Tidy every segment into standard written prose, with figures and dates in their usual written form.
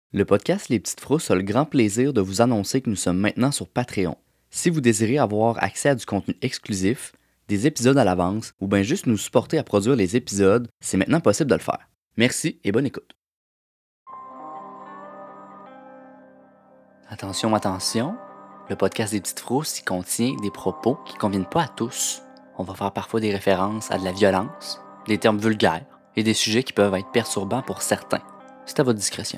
Le podcast Les Petites Frousses a le grand plaisir de vous annoncer que nous sommes maintenant sur Patreon. Si vous désirez avoir accès à du contenu exclusif, des épisodes à l'avance ou bien juste nous supporter à produire les épisodes, c'est maintenant possible de le faire. Merci et bonne écoute. Attention, attention, le podcast des Petites Frousses y contient des propos qui ne conviennent pas à tous. On va faire parfois des références à de la violence, des termes vulgaires et des sujets qui peuvent être perturbants pour certains. C'est à votre discrétion.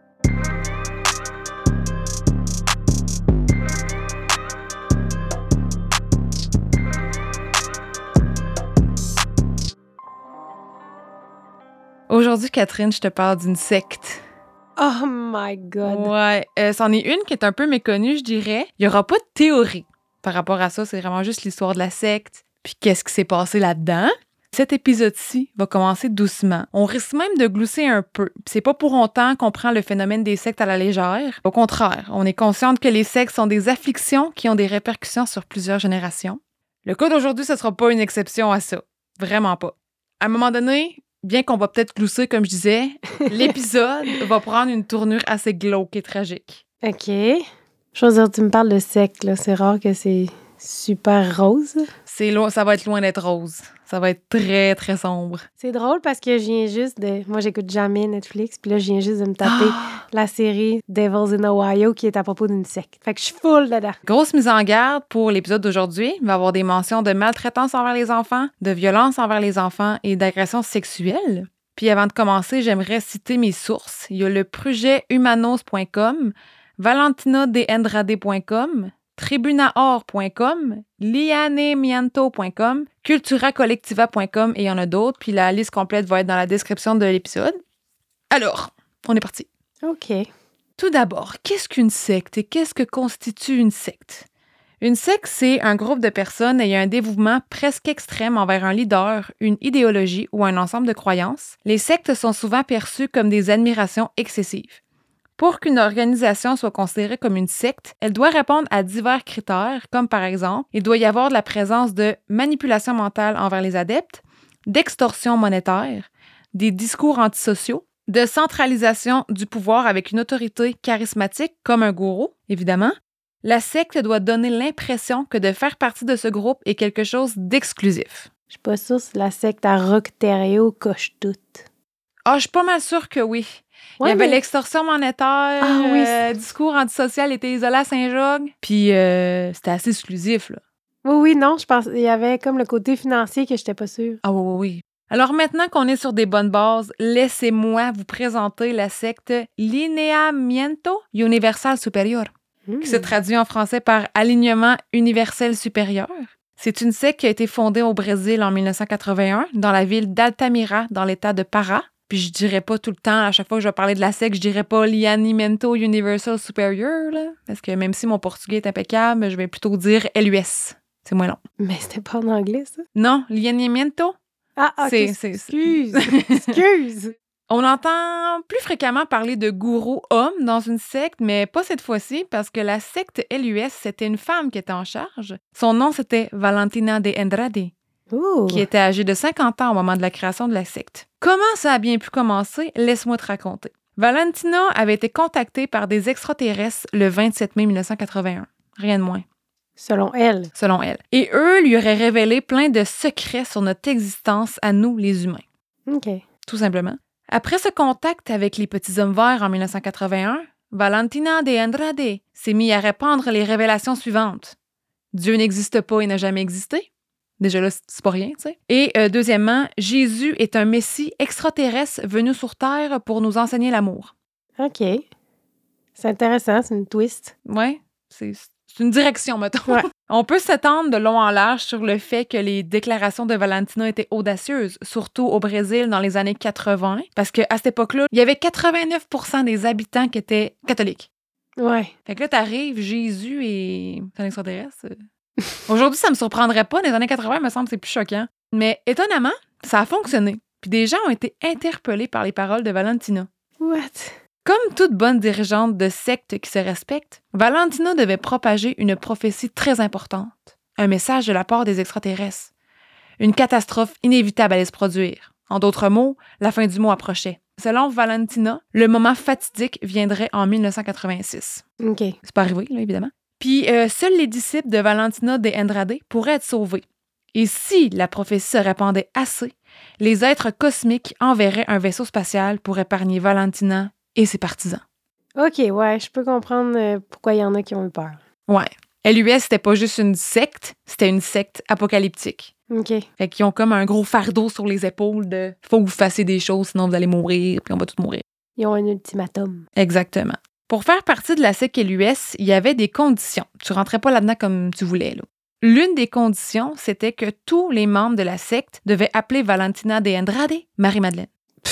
Aujourd'hui, Catherine, je te parle d'une secte. Oh my God! Ouais, c'en est une qui est un peu méconnue, je dirais. Il n'y aura pas de théorie par rapport à ça, c'est vraiment juste l'histoire de la secte, puis qu'est-ce qui s'est passé là-dedans. Cet épisode-ci va commencer doucement. On risque même de glousser un peu. Puis c'est pas pour autant qu'on prend le phénomène des sectes à la légère. Au contraire, on est consciente que les sectes sont des afflictions qui ont des répercussions sur plusieurs générations. Le cas d'aujourd'hui, ce sera pas une exception à ça. Vraiment pas. À un moment donné, bien qu'on va peut-être glousser, comme je disais, l'épisode va prendre une tournure assez glauque et tragique. OK. Je veux dire, tu me parles de secte, là. C'est rare que c'est super rose. Ça va être loin d'être rose. Ça va être très, très sombre. C'est drôle parce que je viens juste de... Moi, j'écoute jamais Netflix, puis là, je viens juste de me taper la série Devils in Ohio qui est à propos d'une secte. Fait que je suis full dedans. Grosse mise en garde pour l'épisode d'aujourd'hui. Il va y avoir des mentions de maltraitance envers les enfants, de violence envers les enfants et d'agression sexuelle. Puis avant de commencer, j'aimerais citer mes sources. Il y a le projethumanos.com, valentinadeandrade.com, tribunaor.com, lianemianto.com, culturacollectiva.com et il y en a d'autres. Puis la liste complète va être dans la description de l'épisode. Alors, on est parti. OK. Tout d'abord, qu'est-ce qu'une secte et qu'est-ce que constitue une secte? Une secte, c'est un groupe de personnes ayant un dévouement presque extrême envers un leader, une idéologie ou un ensemble de croyances. Les sectes sont souvent perçues comme des admirations excessives. Pour qu'une organisation soit considérée comme une secte, elle doit répondre à divers critères, comme par exemple, il doit y avoir de la présence de manipulation mentale envers les adeptes, d'extorsion monétaire, des discours antisociaux, de centralisation du pouvoir avec une autorité charismatique comme un gourou, évidemment. La secte doit donner l'impression que de faire partie de ce groupe est quelque chose d'exclusif. Je suis pas sûre si la secte à Rock-Thériault coche toutes. Ah, je suis pas mal sûre que oui. Ouais, il y avait l'extorsion monétaire, discours antisocial était isolé à Saint-Jacques, puis c'était assez exclusif, là. Oui, non, je pense qu'il y avait comme le côté financier que j'étais pas sûre. Ah oui. Alors maintenant qu'on est sur des bonnes bases, laissez-moi vous présenter la secte Lineamiento Universal Superior, qui se traduit en français par Alignement universel supérieur. C'est une secte qui a été fondée au Brésil en 1981, dans la ville d'Altamira, dans l'état de Pará. Puis je dirais pas tout le temps, à chaque fois que je vais parler de la secte, je dirais pas Lineamiento Universal Superior, là, parce que même si mon portugais est impeccable, je vais plutôt dire LUS. C'est moins long. Mais c'était pas en anglais, ça? Non, Lineamiento. Ah, OK. Excuse. On entend plus fréquemment parler de gourou homme dans une secte, mais pas cette fois-ci, parce que la secte LUS, c'était une femme qui était en charge. Son nom, c'était Valentina de Andrade, qui était âgée de 50 ans au moment de la création de la secte. Comment ça a bien pu commencer? Laisse-moi te raconter. Valentina avait été contactée par des extraterrestres le 27 mai 1981. Rien de moins. Selon elle. Et eux lui auraient révélé plein de secrets sur notre existence à nous, les humains. OK. Tout simplement. Après ce contact avec les petits hommes verts en 1981, Valentina de Andrade s'est mise à répandre les révélations suivantes. Dieu n'existe pas et n'a jamais existé. Déjà là, c'est pas rien, tu sais. Et deuxièmement, Jésus est un messie extraterrestre venu sur Terre pour nous enseigner l'amour. OK. C'est intéressant, c'est une twist. Ouais, c'est une direction, mettons. Ouais. On peut s'étendre de long en large sur le fait que les déclarations de Valentina étaient audacieuses, surtout au Brésil dans les années 80, parce qu'à cette époque-là, il y avait 89% des habitants qui étaient catholiques. Ouais. Fait que là, t'arrives, Jésus et un extraterrestre. Aujourd'hui, ça me surprendrait pas. Dans les années 80, il me semble que c'est plus choquant. Mais étonnamment, ça a fonctionné. Puis des gens ont été interpellés par les paroles de Valentina. What? Comme toute bonne dirigeante de secte qui se respecte, Valentina devait propager une prophétie très importante, un message de la part des extraterrestres. Une catastrophe inévitable allait se produire. En d'autres mots, la fin du monde approchait. Selon Valentina, le moment fatidique viendrait en 1986. OK. C'est pas arrivé, là, évidemment. Puis, seuls les disciples de Valentina de Andrade pourraient être sauvés. Et si la prophétie se répandait assez, les êtres cosmiques enverraient un vaisseau spatial pour épargner Valentina et ses partisans. OK, ouais, je peux comprendre pourquoi il y en a qui ont eu peur. Ouais. LUS, c'était pas juste une secte, c'était une secte apocalyptique. OK. Fait qu'ils ont comme un gros fardeau sur les épaules de « faut que vous fassiez des choses, sinon vous allez mourir, puis on va tous mourir ». Ils ont un ultimatum. Exactement. Pour faire partie de la secte LUS, il y avait des conditions. Tu rentrais pas là-dedans comme tu voulais, là. L'une des conditions, c'était que tous les membres de la secte devaient appeler Valentina de Andrade Marie-Madeleine.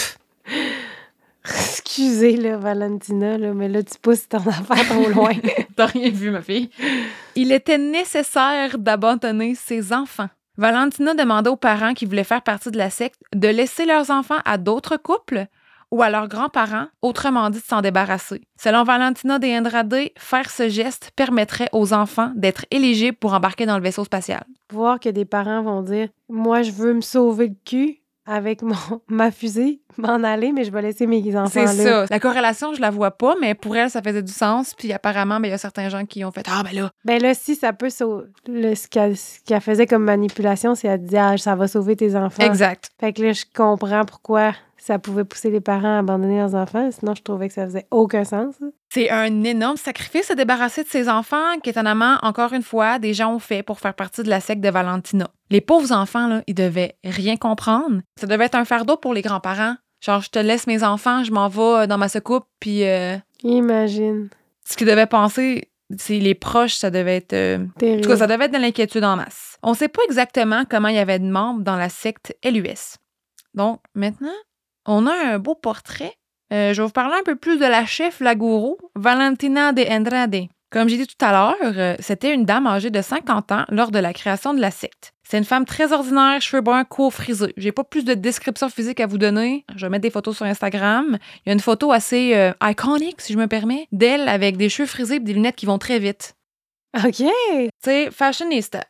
Excusez, là, Valentina, là, mais là, tu pousses ton affaire trop loin. T'as rien vu, ma fille. Il était nécessaire d'abandonner ses enfants. Valentina demandait aux parents qui voulaient faire partie de la secte de laisser leurs enfants à d'autres couples ou à leurs grands-parents, autrement dit de s'en débarrasser. Selon Valentina de Andrade, faire ce geste permettrait aux enfants d'être éligibles pour embarquer dans le vaisseau spatial. Voir que des parents vont dire « Moi, je veux me sauver le cul avec ma fusée, m'en aller, mais je vais laisser mes enfants C'est là. » ça. La corrélation, je la vois pas, mais pour elle, ça faisait du sens. Puis apparemment, il y a certains gens qui ont fait « Ah, ben là! » Ben là, si ça peut sauver... Ce qu'elle faisait comme manipulation, c'est qu'elle disait « Ah, ça va sauver tes enfants. » Exact. Fait que là, je comprends pourquoi ça pouvait pousser les parents à abandonner leurs enfants. Sinon, je trouvais que ça faisait aucun sens. C'est un énorme sacrifice de se débarrasser de ses enfants qu'étonnamment, encore une fois, des gens ont fait pour faire partie de la secte de Valentina. Les pauvres enfants, là, ils devaient rien comprendre. Ça devait être un fardeau pour les grands-parents. Genre, je te laisse mes enfants, je m'en vais dans ma secoupe, puis... Imagine. Ce qu'ils devaient penser, c'est les proches, ça devait être... En tout cas, ça devait être de l'inquiétude en masse. On sait pas exactement comment il y avait de membres dans la secte LUS. Donc, maintenant, on a un beau portrait. Je vais vous parler un peu plus de la chef, la gourou, Valentina de Andrade. Comme j'ai dit tout à l'heure, c'était une dame âgée de 50 ans lors de la création de la secte. C'est une femme très ordinaire, cheveux bruns, courts, frisés. J'ai pas plus de description physique à vous donner. Je vais mettre des photos sur Instagram. Il y a une photo assez iconique, si je me permets, d'elle avec des cheveux frisés et des lunettes qui vont très vite. OK! C'est fashionista.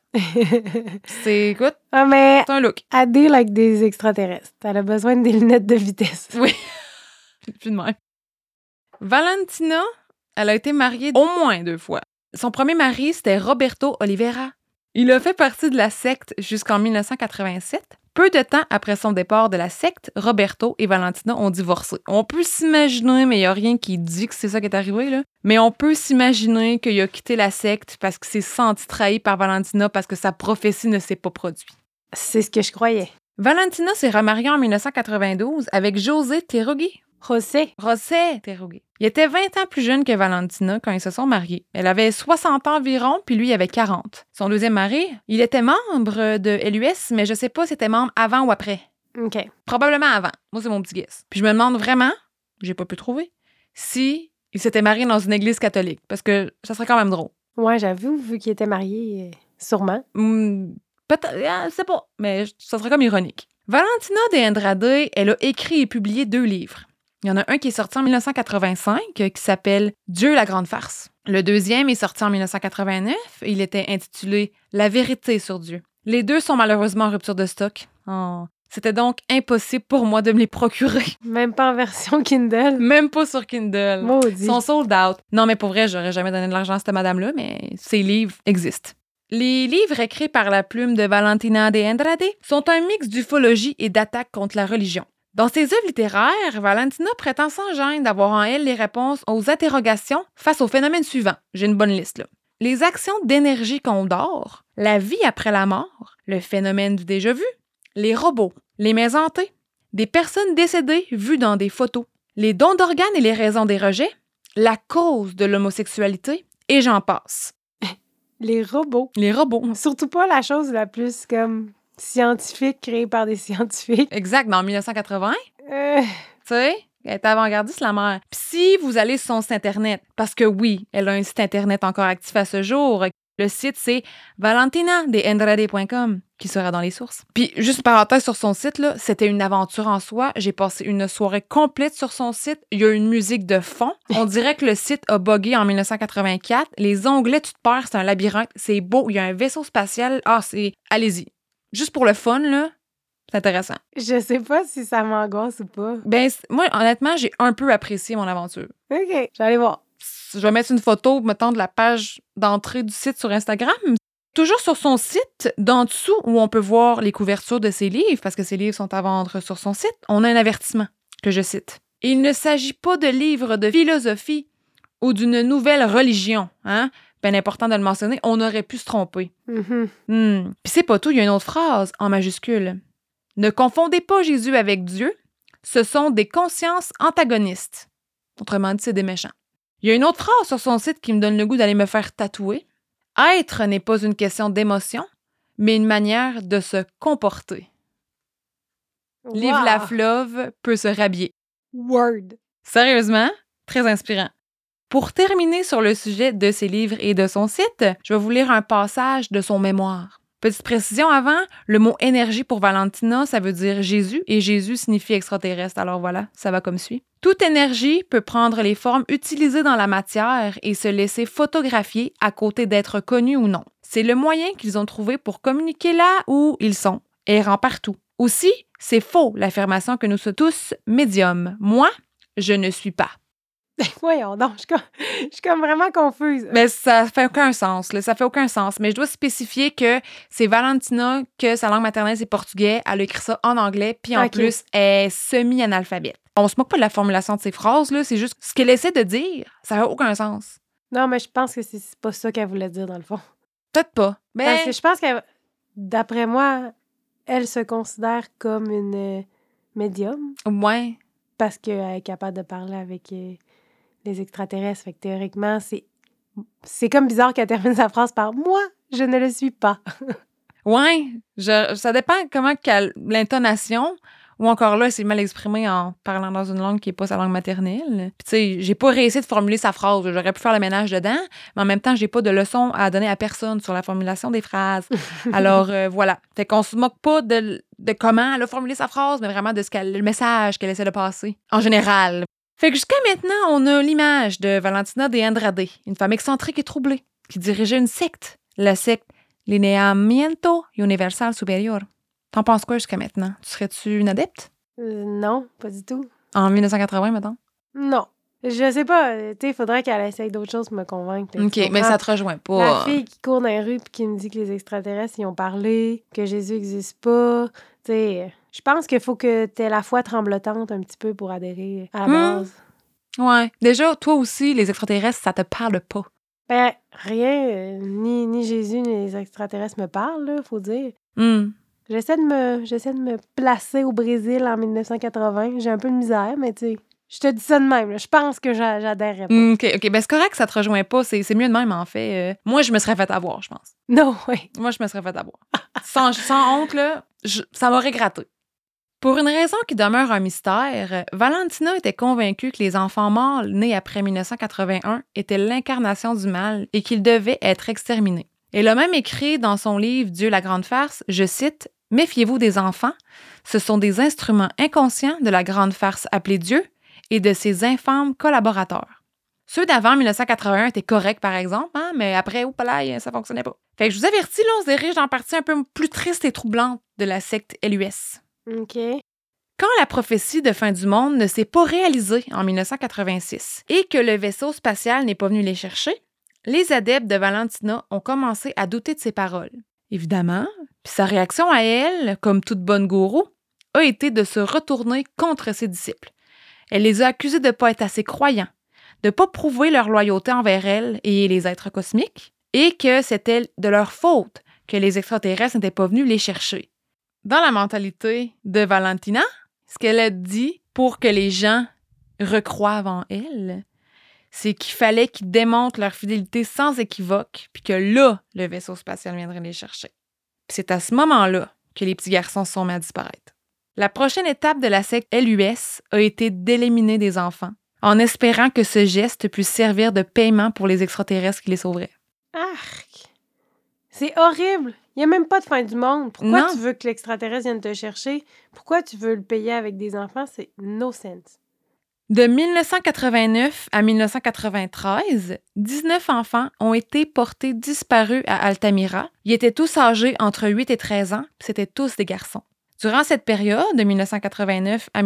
Écoute, Ah, mais c'est un look. elle deal avec des extraterrestres. Elle a besoin des lunettes de vitesse. Oui. Plus de même. Valentina, elle a été mariée au moins 2 fois. Son premier mari, c'était Roberto Oliveira. Il a fait partie de la secte jusqu'en 1987. Peu de temps après son départ de la secte, Roberto et Valentina ont divorcé. On peut s'imaginer, mais il n'y a rien qui dit que c'est ça qui est arrivé, là. Mais on peut s'imaginer qu'il a quitté la secte parce qu'il s'est senti trahi par Valentina parce que sa prophétie ne s'est pas produite. C'est ce que je croyais. Valentina s'est remariée en 1992 avec José Terugui. José. Terugui. Il était 20 ans plus jeune que Valentina quand ils se sont mariés. Elle avait 60 ans environ, puis lui, il avait 40. Son deuxième mari, il était membre de LUS, mais je sais pas si c'était membre avant ou après. OK. Probablement avant. Moi, c'est mon petit guess. Puis je me demande vraiment, j'ai pas pu trouver, si il s'était marié dans une église catholique, parce que ça serait quand même drôle. Ouais, j'avoue, vu qu'il était marié, sûrement. Peut-être, je sais pas, mais ça serait comme ironique. Valentina de Andrade, elle a écrit et publié 2 livres. Il y en a un qui est sorti en 1985 qui s'appelle Dieu la grande farce. Le deuxième est sorti en 1989. Il était intitulé La vérité sur Dieu. Les 2 sont malheureusement en rupture de stock. Oh. C'était donc impossible pour moi de me les procurer. Même pas en version Kindle. Même pas sur Kindle. Maudit. Ils sont sold out. Non, mais pour vrai, j'aurais jamais donné de l'argent à cette madame-là, mais ces livres existent. Les livres écrits par la plume de Valentina de Andrade sont un mix d'ufologie et d'attaque contre la religion. Dans ses œuvres littéraires, Valentina prétend sans gêne d'avoir en elle les réponses aux interrogations face au phénomène suivant. J'ai une bonne liste, là. Les actions d'énergie qu'on dort, la vie après la mort, le phénomène du déjà-vu, les robots, les maisons hantées, des personnes décédées vues dans des photos, les dons d'organes et les raisons des rejets, la cause de l'homosexualité, et j'en passe. Les robots. Les robots. Surtout pas la chose la plus comme scientifique créée par des scientifiques. Exact, mais en 1980, tu sais, elle est avant-gardiste, la mère. Puis si vous allez sur son site Internet, parce que oui, elle a un site Internet encore actif à ce jour, le site, c'est valentinadeandrade.com, qui sera dans les sources. Puis, juste une parenthèse sur son site, là, c'était une aventure en soi. J'ai passé une soirée complète sur son site. Il y a une musique de fond. On dirait que le site a buggé en 1984. Les onglets, tu te perds, c'est un labyrinthe. C'est beau. Il y a un vaisseau spatial. Ah, c'est... Allez-y. Juste pour le fun, là, C'est intéressant. Je sais pas si ça m'angoisse ou pas. Ben, moi, honnêtement, j'ai un peu apprécié mon aventure. OK, je vais aller voir. Je vais mettre une photo, mettons, de la page d'entrée du site sur Instagram. Toujours sur son site, d'en dessous, où on peut voir les couvertures de ses livres, parce que ses livres sont à vendre sur son site, on a un avertissement que je cite. Il ne s'agit pas de livres de philosophie ou d'une nouvelle religion. Hein? Bien important de le mentionner, on aurait pu se tromper. Puis c'est pas tout, il y a une autre phrase en majuscule. Ne confondez pas Jésus avec Dieu, ce sont des consciences antagonistes. Autrement dit, c'est des méchants. Il y a une autre phrase sur son site qui me donne le goût d'aller me faire tatouer. Être n'est pas une question d'émotion, mais une manière de se comporter. Wow. Livre la fleuve peut se rhabiller. Word. Sérieusement, très inspirant. Pour terminer sur le sujet de ses livres et de son site, je vais vous lire un passage de son mémoire. Petite précision avant, le mot énergie pour Valentina, ça veut dire Jésus, et Jésus signifie extraterrestre. Alors voilà, ça va comme suit. Toute énergie peut prendre les formes utilisées dans la matière et se laisser photographier à côté d'être connue ou non. C'est le moyen qu'ils ont trouvé pour communiquer là où ils sont, errant partout. Aussi, c'est faux l'affirmation que nous sommes tous médiums. Moi, je ne suis pas. Voyons donc, je suis comme vraiment confuse. Mais ça fait aucun sens, là. Ça fait aucun sens. Mais je dois spécifier que c'est Valentina, que sa langue maternelle, c'est portugais. Elle a écrit ça en anglais, puis en plus, elle est semi-analphabète. On se moque pas de la formulation de ses phrases, là. C'est juste ce qu'elle essaie de dire, ça n'a aucun sens. Non, mais je pense que c'est pas ça qu'elle voulait dire, dans le fond. Peut-être pas. Mais... Parce que je pense que, d'après moi, elle se considère comme une médium. Ouais. Parce qu'elle est capable de parler avec les extraterrestres. Fait que théoriquement, c'est comme bizarre qu'elle termine sa phrase par « Moi, je ne le suis pas ». Ouais. Ça dépend comment l'intonation... Ou encore là, elle s'est mal exprimée en parlant dans une langue qui n'est pas sa langue maternelle. Puis tu sais, j'ai pas réussi de formuler sa phrase. J'aurais pu faire le ménage dedans, mais en même temps, j'ai pas de leçon à donner à personne sur la formulation des phrases. Alors, voilà. Fait qu'on se moque pas de comment elle a formulé sa phrase, mais vraiment de le message qu'elle essaie de passer, en général. Fait que jusqu'à maintenant, on a l'image de Valentina de Andrade, une femme excentrique et troublée, qui dirigeait une secte, la secte Lineamiento Universal Superior. T'en penses quoi jusqu'à maintenant? Tu serais-tu une adepte? Non, pas du tout. En 1980, mettons? Non. Je sais pas. Tu sais, il faudrait qu'elle essaye d'autres choses pour me convaitre. Là, OK, mais ça te rejoint pas. La fille qui court dans les rues et qui me dit que les extraterrestres y ont parlé, que Jésus n'existe pas. Tu sais, je pense qu'il faut que tu aies la foi tremblotante un petit peu pour adhérer à la base. Ouais. Déjà, toi aussi, les extraterrestres, ça te parle pas. Ben, rien. Ni Jésus ni les extraterrestres me parlent, là, faut dire. J'essaie de me placer au Brésil en 1980. J'ai un peu de misère, mais tu sais, je te dis ça de même. Là. Je pense que j'adhérerais pas. OK. Ben, c'est correct que ça te rejoint pas. C'est mieux de même, en fait. Moi, je me serais fait avoir, je pense. Non, oui. Moi, je me serais fait avoir. sans honte, là, ça m'aurait gratté. Pour une raison qui demeure un mystère, Valentina était convaincue que les enfants mâles nés après 1981 étaient l'incarnation du mal et qu'ils devaient être exterminés. Elle a même écrit dans son livre « Dieu la grande farce », je cite, « Méfiez-vous des enfants, ce sont des instruments inconscients de la grande farce appelée Dieu et de ses infâmes collaborateurs. » Ceux d'avant 1981 étaient corrects, par exemple, hein, mais après, ça fonctionnait pas. Fait que je vous avertis, là, on se dirige dans la partie un peu plus triste et troublante de la secte LUS. OK. Quand la prophétie de fin du monde ne s'est pas réalisée en 1986 et que le vaisseau spatial n'est pas venu les chercher, les adeptes de Valentina ont commencé à douter de ses paroles. Évidemment, puis sa réaction à elle, comme toute bonne gourou, a été de se retourner contre ses disciples. Elle les a accusés de ne pas être assez croyants, de ne pas prouver leur loyauté envers elle et les êtres cosmiques, et que c'était de leur faute que les extraterrestres n'étaient pas venus les chercher. Dans la mentalité de Valentina, ce qu'elle a dit pour que les gens recroient en elle, c'est qu'il fallait qu'ils démontrent leur fidélité sans équivoque, puis que là, le vaisseau spatial viendrait les chercher. Puis c'est à ce moment-là que les petits garçons se sont mis à disparaître. La prochaine étape de la secte LUS a été d'éliminer des enfants, en espérant que ce geste puisse servir de paiement pour les extraterrestres qui les sauveraient. Arc! C'est horrible! Il n'y a même pas de fin du monde. Pourquoi Non. tu veux que l'extraterrestre vienne te chercher? Pourquoi tu veux le payer avec des enfants? C'est no sense. De 1989 à 1993, 19 enfants ont été portés disparus à Altamira. Ils étaient tous âgés entre 8 et 13 ans, puis c'était tous des garçons. Durant cette période, de 1989 à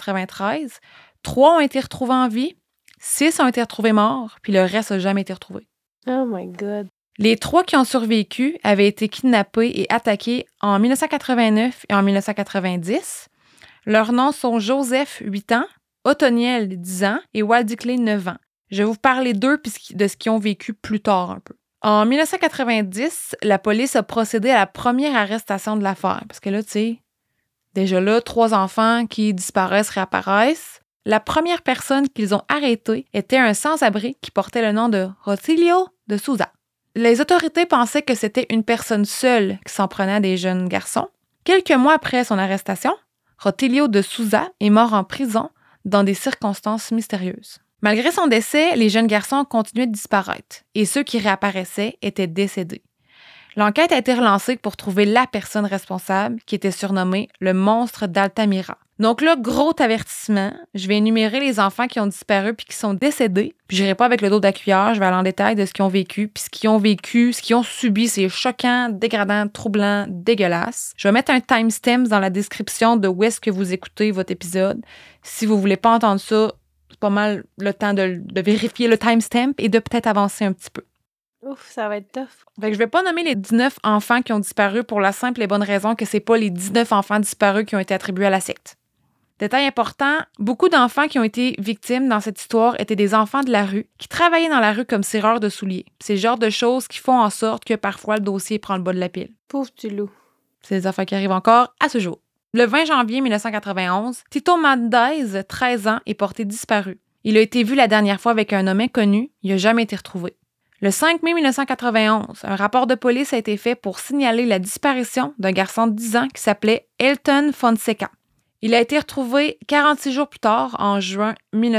1993, 3 ont été retrouvés en vie, 6 ont été retrouvés morts, puis le reste n'a jamais été retrouvé. Oh my God. Les 3 qui ont survécu avaient été kidnappés et attaqués en 1989 et en 1990. Leurs noms sont Joseph, 8 ans, Othoniel, 10 ans, et Waldiclay, 9 ans. Je vais vous parler d'eux et de ce qu'ils ont vécu plus tard un peu. En 1990, la police a procédé à la première arrestation de l'affaire. Parce que là, tu sais, déjà là, 3 enfants qui disparaissent, réapparaissent. La première personne qu'ils ont arrêtée était un sans-abri qui portait le nom de Rotilio de Souza. Les autorités pensaient que c'était une personne seule qui s'en prenait à des jeunes garçons. Quelques mois après son arrestation, Rotilio de Souza est mort en prison dans des circonstances mystérieuses. Malgré son décès, les jeunes garçons continuaient de disparaître et ceux qui réapparaissaient étaient décédés. L'enquête a été relancée pour trouver la personne responsable qui était surnommée le monstre d'Altamira. Donc là, gros avertissement, je vais énumérer les enfants qui ont disparu puis qui sont décédés. Puis j'irai pas avec le dos de la cuillère, je vais aller en détail de ce qu'ils ont vécu. Puis ce qu'ils ont vécu, ce qu'ils ont subi, c'est choquant, dégradant, troublant, dégueulasse. Je vais mettre un timestamp dans la description de où est-ce que vous écoutez votre épisode. Si vous voulez pas entendre ça, c'est pas mal le temps de vérifier le timestamp et de peut-être avancer un petit peu. Ouf, ça va être tough. Fait que je vais pas nommer les 19 enfants qui ont disparu pour la simple et bonne raison que c'est pas les 19 enfants disparus qui ont été attribués à la secte. Détail important, beaucoup d'enfants qui ont été victimes dans cette histoire étaient des enfants de la rue qui travaillaient dans la rue comme serreurs de souliers. C'est le genre de choses qui font en sorte que parfois le dossier prend le bas de la pile. Pauvre petit loup. C'est des affaires qui arrivent encore à ce jour. Le 20 janvier 1991, Tito Mendez, 13 ans, est porté disparu. Il a été vu la dernière fois avec un homme inconnu, il n'a jamais été retrouvé. Le 5 mai 1991, un rapport de police a été fait pour signaler la disparition d'un garçon de 10 ans qui s'appelait Elton Fonseca. Il a été retrouvé 46 jours plus tard, en juin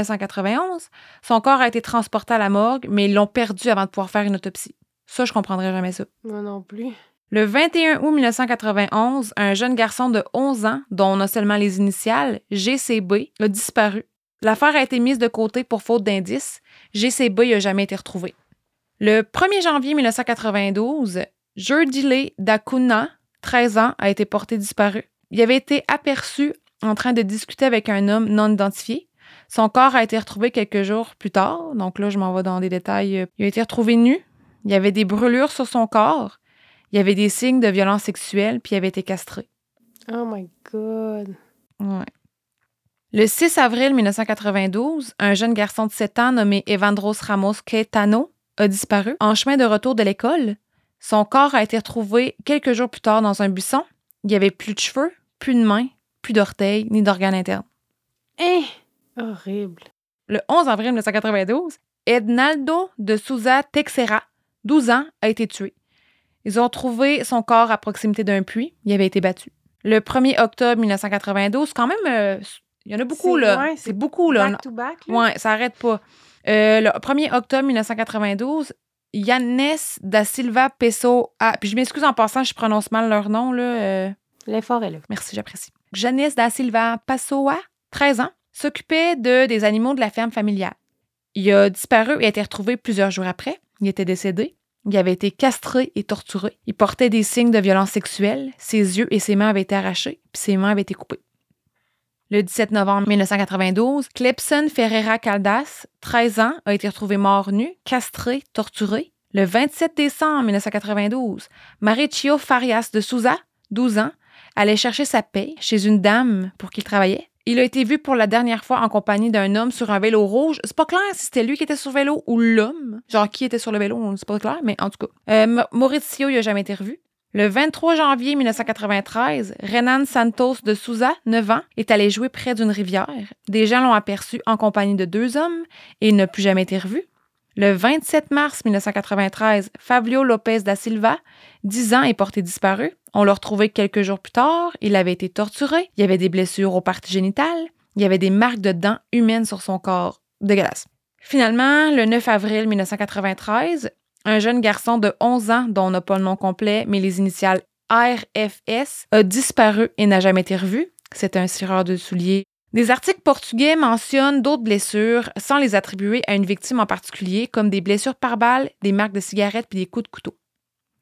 1991. Son corps a été transporté à la morgue, mais ils l'ont perdu avant de pouvoir faire une autopsie. Ça, je comprendrais jamais ça. Moi non plus. Le 21 août 1991, un jeune garçon de 11 ans, dont on a seulement les initiales, GCB, a disparu. L'affaire a été mise de côté pour faute d'indices. GCB n'a jamais été retrouvé. Le 1er janvier 1992, Jurdile Dacuna, 13 ans, a été porté disparu. Il avait été aperçu en train de discuter avec un homme non identifié. Son corps a été retrouvé quelques jours plus tard. Donc là, je m'en vais dans des détails. Il a été retrouvé nu. Il y avait des brûlures sur son corps. Il y avait des signes de violence sexuelle, puis il avait été castré. Oh my God. Ouais. Le 6 avril 1992, un jeune garçon de 7 ans nommé Evandros Ramos Caetano a disparu en chemin de retour de l'école. Son corps a été retrouvé quelques jours plus tard dans un buisson. Il n'y avait plus de cheveux, plus de mains, plus d'orteils, ni d'organes internes. Horrible. Le 11 avril 1992, Ednaldo de Souza Texera, 12 ans, a été tué. Ils ont trouvé son corps à proximité d'un puits. Il avait été battu. Le 1er octobre 1992, quand même, il y en a beaucoup, là. Ouais, c'est beaucoup, là. Back to back, là. Ouais, ça n'arrête pas. Le 1er octobre 1992, Yannes da Silva Pessoa. Puis je m'excuse en passant, je prononce mal leur nom, là. L'effort est là. Merci, j'apprécie. Yannes da Silva Pessoa, 13 ans, s'occupait des animaux de la ferme familiale. Il a disparu et a été retrouvé plusieurs jours après. Il était décédé. Il avait été castré et torturé. Il portait des signes de violence sexuelle. Ses yeux et ses mains avaient été arrachés, puis ses mains avaient été coupées. Le 17 novembre 1992, Clepson Ferreira Caldas, 13 ans, a été retrouvé mort nu, castré, torturé. Le 27 décembre 1992, Marichio Farias de Souza, 12 ans, allait chercher sa paie chez une dame pour qui il travaillait. Il a été vu pour la dernière fois en compagnie d'un homme sur un vélo rouge. C'est pas clair si c'était lui qui était sur le vélo ou l'homme. Genre, qui était sur le vélo, c'est pas clair, mais en tout cas. Mauricio, il n'a jamais été revu. Le 23 janvier 1993, Renan Santos de Souza, 9 ans, est allé jouer près d'une rivière. Des gens l'ont aperçu en compagnie de 2 hommes et il n'a plus jamais été revu. Le 27 mars 1993, Fabio Lopez da Silva, 10 ans, est porté disparu. On l'a retrouvé quelques jours plus tard. Il avait été torturé. Il y avait des blessures aux parties génitales. Il y avait des marques de dents humaines sur son corps. Dégueulasse. Finalement, le 9 avril 1993, un jeune garçon de 11 ans, dont on n'a pas le nom complet, mais les initiales RFS, a disparu et n'a jamais été revu. C'était un cireur de souliers. Des articles portugais mentionnent d'autres blessures sans les attribuer à une victime en particulier, comme des blessures par balle, des marques de cigarettes puis des coups de couteau.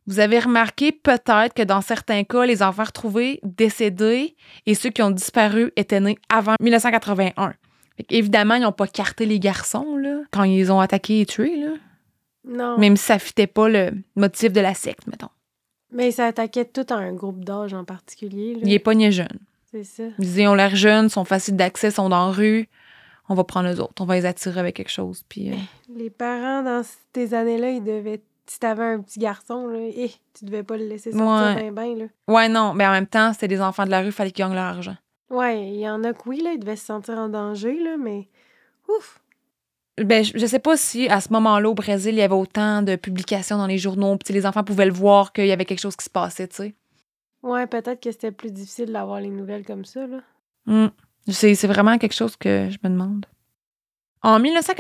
Vous avez remarqué peut-être que dans certains cas, les enfants retrouvés décédés et ceux qui ont disparu étaient nés avant 1981. Évidemment, ils n'ont pas carté les garçons là, quand ils les ont attaqués et tués. Là. Non. Même si ça ne fitait pas le motif de la secte, mettons. Mais ça attaquait tout un groupe d'âge en particulier. Là. Il est pas né jeune. C'est ça. Ils ont l'air jeunes, sont faciles d'accès, sont dans la rue. On va prendre eux autres. On va les attirer avec quelque chose. Puis, Les parents, dans ces années-là, ils devaient... Si t'avais un petit garçon, là, tu devais pas le laisser sortir ben, là. Ouais, non. Mais en même temps, c'était des enfants de la rue, il fallait qu'ils gagnent leur argent. Ouais, il y en a que oui, là, ils devaient se sentir en danger, là, mais... Ouf! Ben, je sais pas si, à ce moment-là, au Brésil, il y avait autant de publications dans les journaux, puis les enfants pouvaient le voir qu'il y avait quelque chose qui se passait, tu sais. Ouais, peut-être que c'était plus difficile d'avoir les nouvelles comme ça, là. C'est vraiment quelque chose que je me demande. En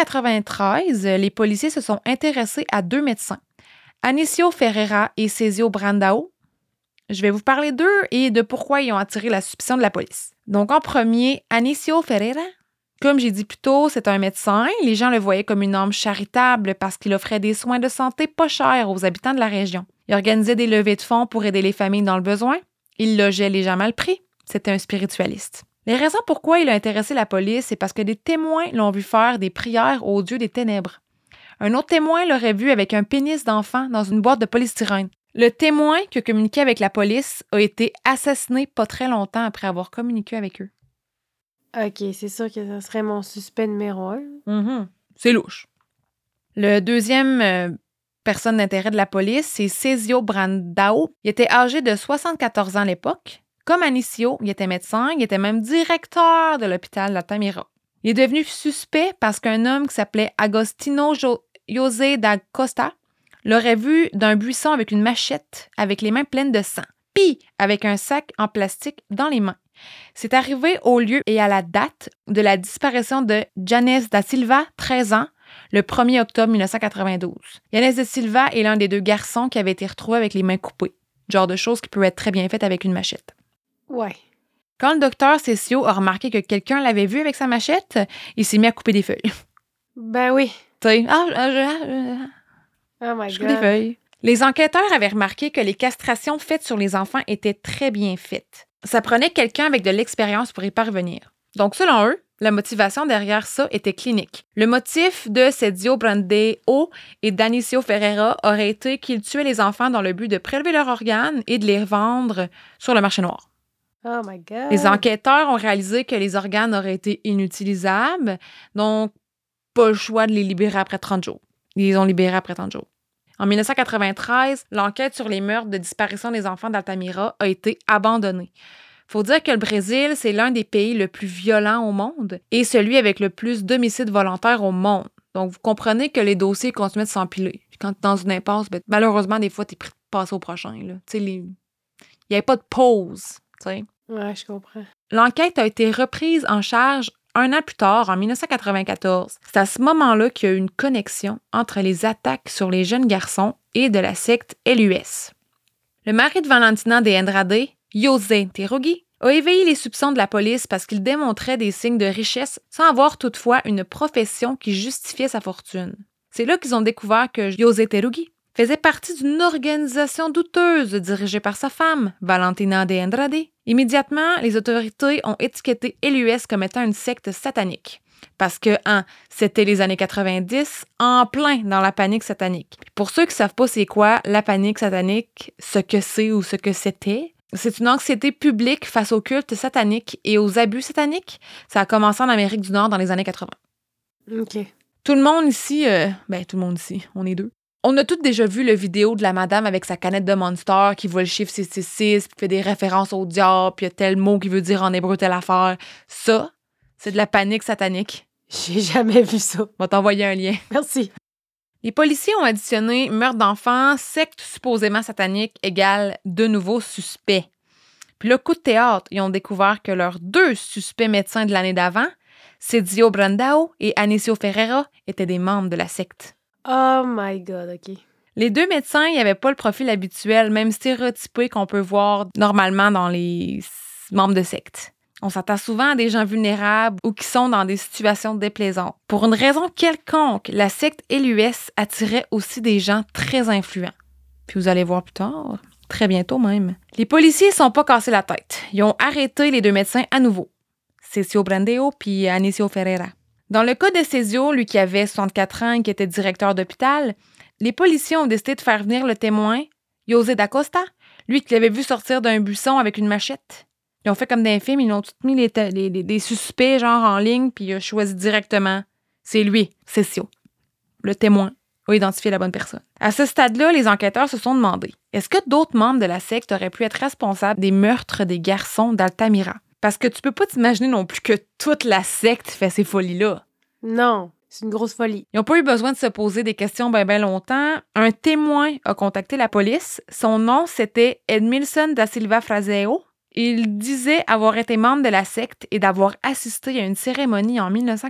1993, les policiers se sont intéressés à 2 médecins, Anísio Ferreira et Césio Brandão. Je vais vous parler d'eux et de pourquoi ils ont attiré la suspicion de la police. Donc, en premier, Anísio Ferreira. Comme j'ai dit plus tôt, c'est un médecin. Les gens le voyaient comme une âme charitable parce qu'il offrait des soins de santé pas chers aux habitants de la région. Il organisait des levées de fonds pour aider les familles dans le besoin. Il logeait les gens mal pris. C'était un spiritualiste. Les raisons pourquoi il a intéressé la police, c'est parce que des témoins l'ont vu faire des prières au dieu des ténèbres. Un autre témoin l'aurait vu avec un pénis d'enfant dans une boîte de polystyrène. Le témoin qui a communiqué avec la police a été assassiné pas très longtemps après avoir communiqué avec eux. OK, c'est sûr que ça serait mon suspect numéro 1. Mm-hmm. C'est louche. Le deuxième personne d'intérêt de la police, c'est Césio Brandão. Il était âgé de 74 ans à l'époque. Comme Anísio, il était médecin, il était même directeur de l'hôpital d'Altamira. Il est devenu suspect parce qu'un homme qui s'appelait Agostinho José da Costa l'aurait vu d'un buisson avec une machette, avec les mains pleines de sang, puis avec un sac en plastique dans les mains. C'est arrivé au lieu et à la date de la disparition de Janés da Silva, 13 ans, le 1er octobre 1992. Janés da Silva est l'un des 2 garçons qui avaient été retrouvés avec les mains coupées. Genre de choses qui peuvent être très bien faites avec une machette. Ouais. Quand le docteur Césio a remarqué que quelqu'un l'avait vu avec sa machette, il s'est mis à couper des feuilles. Ben oui. Tu sais, oh my je God. coupe des feuilles. Les enquêteurs avaient remarqué que les castrations faites sur les enfants étaient très bien faites. Ça prenait quelqu'un avec de l'expérience pour y parvenir. Donc, selon eux, la motivation derrière ça était clinique. Le motif de Césio Brandão et d'Anísio Ferreira aurait été qu'ils tuaient les enfants dans le but de prélever leurs organes et de les vendre sur le marché noir. Oh my God. Les enquêteurs ont réalisé que les organes auraient été inutilisables, donc pas le choix de les libérer après 30 jours. Ils les ont libérés après 30 jours. En 1993, l'enquête sur les meurtres de disparition des enfants d'Altamira a été abandonnée. Il faut dire que le Brésil, c'est l'un des pays le plus violents au monde et celui avec le plus d'homicides volontaires au monde. Donc, vous comprenez que les dossiers continuent de s'empiler. Puis quand tu es dans une impasse, malheureusement, des fois, tu es pris de passer au prochain. Il n'y avait pas de pause. T'sais. Ouais, je comprends. L'enquête a été reprise en charge 1 an plus tard, en 1994. C'est à ce moment-là qu'il y a eu une connexion entre les attaques sur les jeunes garçons et de la secte LUS. Le mari de Valentina de Andrade, José Terugi, a éveillé les soupçons de la police parce qu'il démontrait des signes de richesse sans avoir toutefois une profession qui justifiait sa fortune. C'est là qu'ils ont découvert que José Terugi faisait partie d'une organisation douteuse dirigée par sa femme, Valentina de Andrade. Immédiatement, les autorités ont étiqueté LUS comme étant une secte satanique. Parce que, c'était les années 90, en plein dans la panique satanique. Pour ceux qui ne savent pas c'est quoi la panique satanique, ce que c'est ou ce que c'était, c'est une anxiété publique face au culte satanique et aux abus sataniques. Ça a commencé en Amérique du Nord dans les années 80. OK. Tout le monde ici, on est 2. On a tous déjà vu le vidéo de la madame avec sa canette de Monster qui voit le chiffre 666, puis fait des références au diable, puis il y a tel mot qui veut dire en hébreu telle affaire. Ça, c'est de la panique satanique. J'ai jamais vu ça. On va t'envoyer un lien. Merci. Les policiers ont additionné meurtre d'enfants, secte supposément satanique égale de nouveaux suspects. Puis le coup de théâtre, ils ont découvert que leurs 2 suspects médecins de l'année d'avant, Césio Brandão et Anísio Ferreira, étaient des membres de la secte. Oh my God, OK. Les 2 médecins, ils n'avaient pas le profil habituel, même stéréotypé qu'on peut voir normalement dans les membres de secte. On s'attend souvent à des gens vulnérables ou qui sont dans des situations déplaisantes. Pour une raison quelconque, la secte LUS attirait aussi des gens très influents. Puis vous allez voir plus tard, très bientôt même. Les policiers ne sont pas cassés la tête. Ils ont arrêté les 2 médecins à nouveau, Césio Brandão puis Anísio Ferreira. Dans le cas de Césio, lui qui avait 64 ans et qui était directeur d'hôpital, les policiers ont décidé de faire venir le témoin, José da Costa, lui qui l'avait vu sortir d'un buisson avec une machette. Ils ont fait comme dans un film, ils ont tous mis des suspects genre en ligne, puis ils ont choisi directement. C'est lui, Césio. Le témoin a identifié la bonne personne. À ce stade-là, les enquêteurs se sont demandé, est-ce que d'autres membres de la secte auraient pu être responsables des meurtres des garçons d'Altamira? Parce que tu peux pas t'imaginer non plus que toute la secte fait ces folies-là. Non, c'est une grosse folie. Ils n'ont pas eu besoin de se poser des questions bien longtemps. Un témoin a contacté la police. Son nom, c'était Edmilson da Silva Frazão. Il disait avoir été membre de la secte et d'avoir assisté à une cérémonie en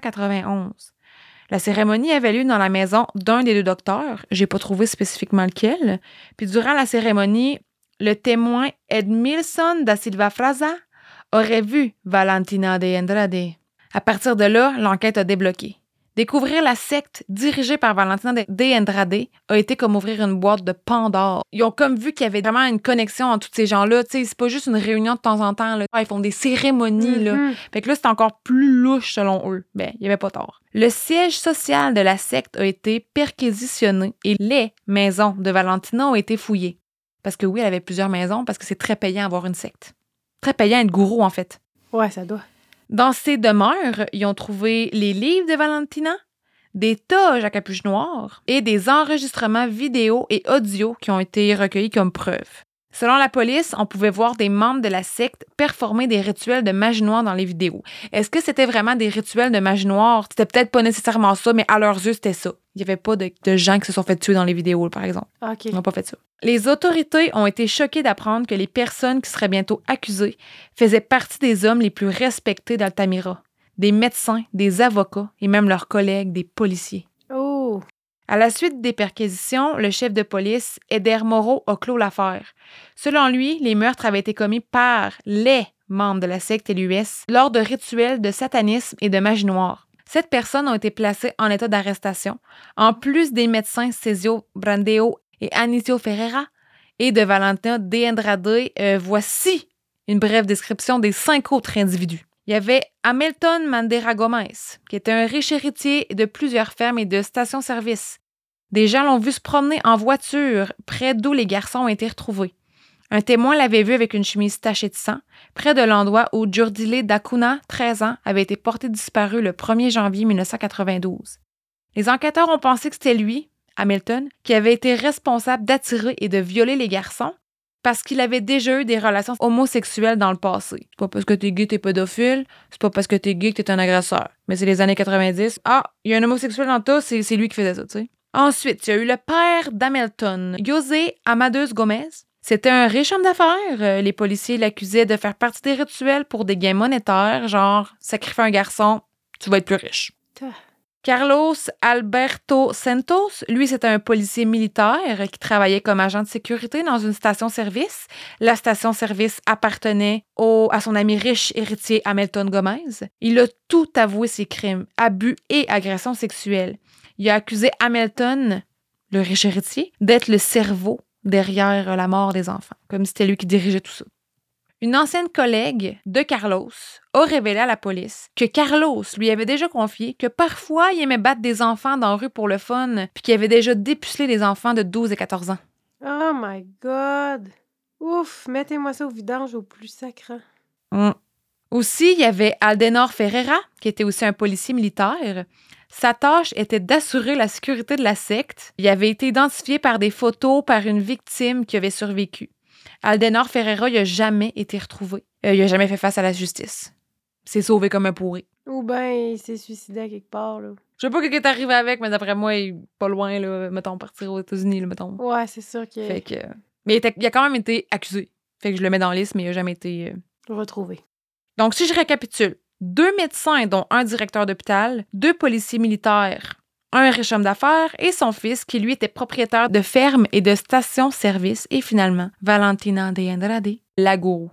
1991. La cérémonie avait lieu dans la maison d'un des 2 docteurs. J'ai pas trouvé spécifiquement lequel. Puis durant la cérémonie, le témoin Edmilson da Silva Frazão aurait vu Valentina de Andrade. À partir de là, l'enquête a débloqué. Découvrir la secte dirigée par Valentina de Andrade a été comme ouvrir une boîte de Pandore. Ils ont comme vu qu'il y avait vraiment une connexion entre tous ces gens-là. Tu sais, c'est pas juste une réunion de temps en temps. Là. Ils font des cérémonies. Là. Fait que là, c'est encore plus louche selon eux. Ben, il y avait pas tort. Le siège social de la secte a été perquisitionné et les maisons de Valentina ont été fouillées. Parce que oui, elle avait plusieurs maisons parce que c'est très payant avoir une secte. Très payant être gourou, en fait. Ouais, ça doit. Dans ces demeures, ils ont trouvé les livres de Valentina, des toges à capuche noire et des enregistrements vidéo et audio qui ont été recueillis comme preuve. Selon la police, on pouvait voir des membres de la secte performer des rituels de magie noire dans les vidéos. Est-ce que c'était vraiment des rituels de magie noire? C'était peut-être pas nécessairement ça, mais à leurs yeux, c'était ça. Il n'y avait pas de gens qui se sont fait tuer dans les vidéos, par exemple. OK. Ils n'ont pas fait ça. Les autorités ont été choquées d'apprendre que les personnes qui seraient bientôt accusées faisaient partie des hommes les plus respectés d'Altamira. Des médecins, des avocats et même leurs collègues, des policiers. Oh! À la suite des perquisitions, le chef de police, Eder Moro, a clos l'affaire. Selon lui, les meurtres avaient été commis par les membres de la secte LUS lors de rituels de satanisme et de magie noire. 7 personnes ont été placées en état d'arrestation, en plus des médecins Césio Brandão et Anísio Ferreira et de Valentina de Andrade. Voici une brève description des 5 autres individus. Il y avait Hamilton Mandera Gomes, qui était un riche héritier de plusieurs fermes et de stations-service. Des gens l'ont vu se promener en voiture près d'où les garçons ont été retrouvés. Un témoin l'avait vu avec une chemise tachée de sang, près de l'endroit où Giordile D'Acunha, 13 ans, avait été porté disparu le 1er janvier 1992. Les enquêteurs ont pensé que c'était lui, Hamilton, qui avait été responsable d'attirer et de violer les garçons parce qu'il avait déjà eu des relations homosexuelles dans le passé. C'est pas parce que t'es gay, t'es pédophile, c'est pas parce que t'es gay que t'es un agresseur. Mais c'est les années 90. Ah, il y a un homosexuel dans tout, c'est lui qui faisait ça, tu sais. Ensuite, il y a eu le père d'Hamilton, José Amadeus Gomes. C'était un riche homme d'affaires. Les policiers l'accusaient de faire partie des rituels pour des gains monétaires, genre sacrifier un garçon, tu vas être plus riche. Carlos Alberto Santos, lui, c'était un policier militaire qui travaillait comme agent de sécurité dans une station-service. La station-service appartenait à son ami riche héritier Hamilton Gomes. Il a tout avoué ses crimes, abus et agressions sexuelles. Il a accusé Hamilton, le riche héritier, d'être le cerveau derrière la mort des enfants, comme si c'était lui qui dirigeait tout ça. Une ancienne collègue de Carlos a révélé à la police que Carlos lui avait déjà confié que parfois il aimait battre des enfants dans la rue pour le fun, puis qu'il avait déjà dépucelé des enfants de 12 et 14 ans. Oh my God! Ouf, mettez-moi ça au vidange au plus sacrant. Aussi, il y avait Aldenor Ferreira, qui était aussi un policier militaire. Sa tâche était d'assurer la sécurité de la secte. Il avait été identifié par des photos par une victime qui avait survécu. Aldenor Ferreira, il n'a jamais été retrouvé. Il n'a jamais fait face à la justice. Il s'est sauvé comme un pourri. Ou bien il s'est suicidé à quelque part, là. Je sais pas ce qui est arrivé avec, mais d'après moi, il est pas loin, là, mettons, partir aux États-Unis, là, mettons. Ouais, c'est sûr que... Fait que... Mais il a quand même été accusé. Fait que je le mets dans la liste, mais il n'a jamais été... retrouvé. Donc, si je récapitule, 2 médecins, dont un directeur d'hôpital, 2 policiers militaires, un riche homme d'affaires et son fils, qui lui était propriétaire de fermes et de stations-service, et finalement, Valentina de Andrade, la gourou.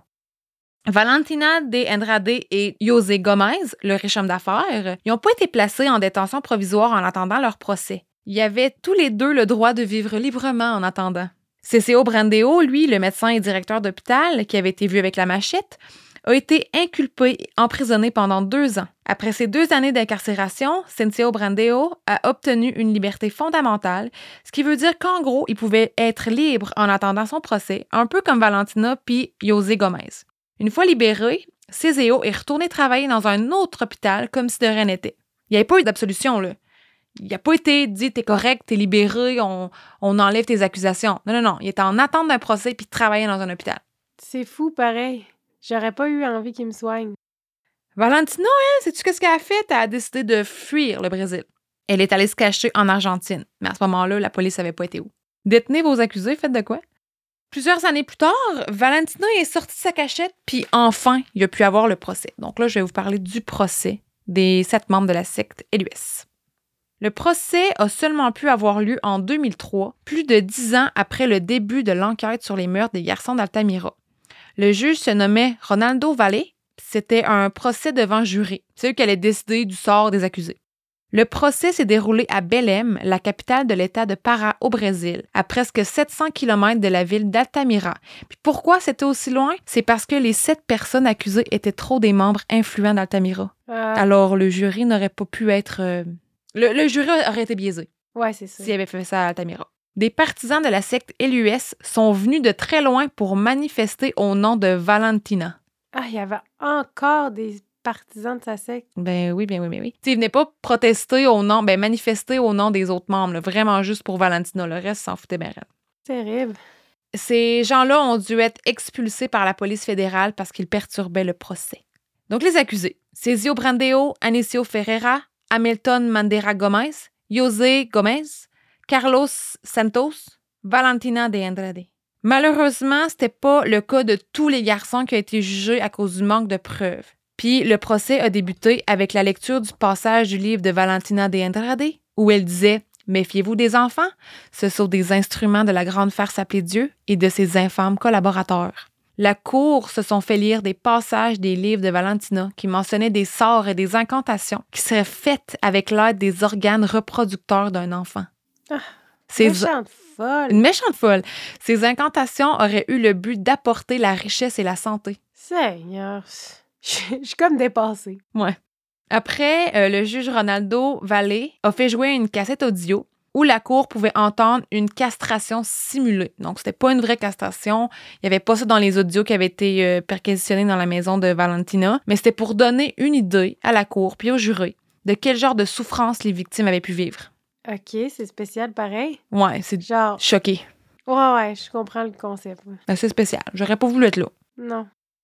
Valentina de Andrade et José Gomes, le riche homme d'affaires, ils n'ont pas été placés en détention provisoire en attendant leur procès. Ils avaient tous les 2 le droit de vivre librement en attendant. CCO Brandeo, lui, le médecin et directeur d'hôpital, qui avait été vu avec la machette, a été inculpé et emprisonné pendant 2 ans. Après ces 2 années d'incarcération, CCO Brandeo a obtenu une liberté fondamentale, ce qui veut dire qu'en gros, il pouvait être libre en attendant son procès, un peu comme Valentina puis José Gomez. Une fois libéré, CCO est retourné travailler dans un autre hôpital comme si de rien n'était. Il n'y avait pas eu d'absolution, là. Il n'a pas été dit « t'es correct, t'es libéré, on enlève tes accusations ». Non. Il était en attente d'un procès puis travaillait dans un hôpital. C'est fou, pareil. J'aurais pas eu envie qu'il me soigne. Valentina, elle, sais-tu qu'est-ce qu'elle a fait? Elle a décidé de fuir le Brésil. Elle est allée se cacher en Argentine. Mais à ce moment-là, la police savait pas été où. Détenez vos accusés, faites de quoi? Plusieurs années plus tard, Valentina est sortie de sa cachette, puis enfin, il a pu avoir le procès. Donc là, je vais vous parler du procès des 7 membres de la secte LUS. Le procès a seulement pu avoir lieu en 2003, plus de 10 ans après le début de l'enquête sur les meurtres des garçons d'Altamira. Le juge se nommait Ronaldo Valle. C'était un procès devant jury. C'est eux qui allaient décider du sort des accusés. Le procès s'est déroulé à Belém, la capitale de l'État de Pará au Brésil, à presque 700 km de la ville d'Altamira. Puis pourquoi c'était aussi loin? C'est parce que les 7 personnes accusées étaient trop des membres influents d'Altamira. Alors le jury n'aurait pas pu être... Le jury aurait été biaisé. Ouais, c'est ça. S'il avait fait ça à Altamira. Des partisans de la secte LUS sont venus de très loin pour manifester au nom de Valentina. Ah, il y avait encore des partisans de sa secte. Ben oui. Ils venaient pas protester au nom, manifester au nom des autres membres, là, vraiment juste pour Valentina. Le reste s'en foutait bien raide. Terrible. Ces gens-là ont dû être expulsés par la police fédérale parce qu'ils perturbaient le procès. Donc les accusés, Césio Brandeo, Anicio Ferreira, Hamilton Mandera Gomez, José Gomez, Carlos Santos, Valentina de Andrade. Malheureusement, c'était pas le cas de tous les garçons qui ont été jugés à cause du manque de preuves. Puis le procès a débuté avec la lecture du passage du livre de Valentina de Andrade, où elle disait « Méfiez-vous des enfants, ce sont des instruments de la grande farce appelée Dieu et de ses infâmes collaborateurs. » La cour se sont fait lire des passages des livres de Valentina qui mentionnaient des sorts et des incantations qui seraient faites avec l'aide des organes reproducteurs d'un enfant. Ah, méchante folle. Une méchante folle. Ces incantations auraient eu le but d'apporter la richesse et la santé. Seigneur, je suis comme dépassée. Ouais. Après, le juge Ronaldo Valle a fait jouer une cassette audio où la cour pouvait entendre une castration simulée. Donc, c'était pas une vraie castration. Il n'y avait pas ça dans les audios qui avaient été perquisitionnés dans la maison de Valentina, mais c'était pour donner une idée à la cour puis au jury de quel genre de souffrance les victimes avaient pu vivre. OK, c'est spécial pareil. Ouais, c'est genre choqué. Ouais, je comprends le concept. Ouais. C'est spécial. J'aurais pas voulu être là. Non.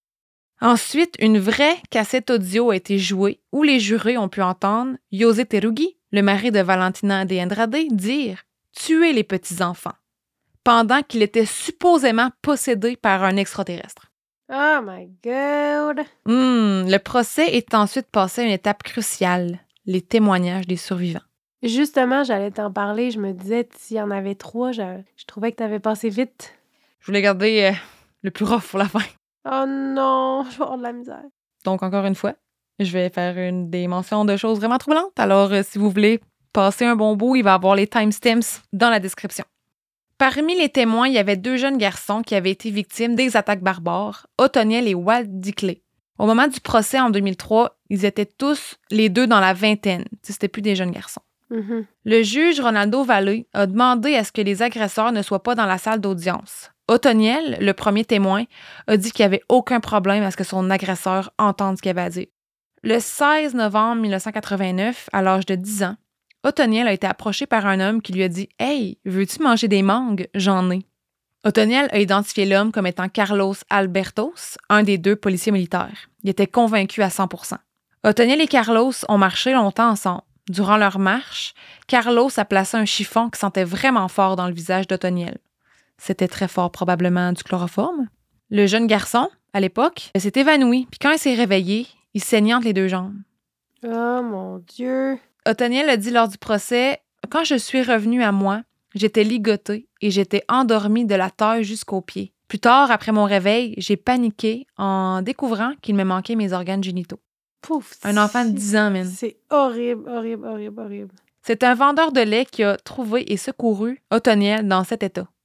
Ensuite, une vraie cassette audio a été jouée où les jurés ont pu entendre José Terugui, le mari de Valentina de Andrade, dire « Tuer les petits-enfants » pendant qu'il était supposément possédé par un extraterrestre. Oh my God! Le procès est ensuite passé à une étape cruciale, les témoignages des survivants. Justement, j'allais t'en parler. Je me disais, s'il y en avait 3, je trouvais que t'avais passé vite. Je voulais garder le plus rough pour la fin. Oh non, je vais avoir de la misère. Donc, encore une fois, je vais faire des mentions de choses vraiment troublantes. Alors, si vous voulez passer un bon bout, il va y avoir les timestamps dans la description. Parmi les témoins, il y avait 2 jeunes garçons qui avaient été victimes des attaques barbares, Othoniel et Walt Dickley. Au moment du procès en 2003, ils étaient tous les 2 dans la vingtaine. C'était plus des jeunes garçons. Mm-hmm. Le juge Ronaldo Valle a demandé à ce que les agresseurs ne soient pas dans la salle d'audience. Othoniel, le premier témoin, a dit qu'il n'y avait aucun problème à ce que son agresseur entende ce qu'il avait à dire. Le 16 novembre 1989, à l'âge de 10 ans, Othoniel a été approché par un homme qui lui a dit « Hey, veux-tu manger des mangues? J'en ai. » Othoniel a identifié l'homme comme étant Carlos Albertos, un des 2 policiers militaires. Il était convaincu à 100%. Othoniel et Carlos ont marché longtemps ensemble. Durant leur marche, Carlos a placé un chiffon qui sentait vraiment fort dans le visage d'Othoniel. C'était très fort, probablement du chloroforme. Le jeune garçon, à l'époque, s'est évanoui, puis quand il s'est réveillé, il saignait entre les 2 jambes. Oh mon Dieu! Othoniel a dit lors du procès « Quand je suis revenu à moi, j'étais ligoté et j'étais endormi de la taille jusqu'aux pieds. Plus tard, après mon réveil, j'ai paniqué en découvrant qu'il me manquait mes organes génitaux. » Pouf! Un enfant de 10 ans, man. C'est horrible, horrible, horrible, horrible. C'est un vendeur de lait qui a trouvé et secouru Othoniel dans cet état.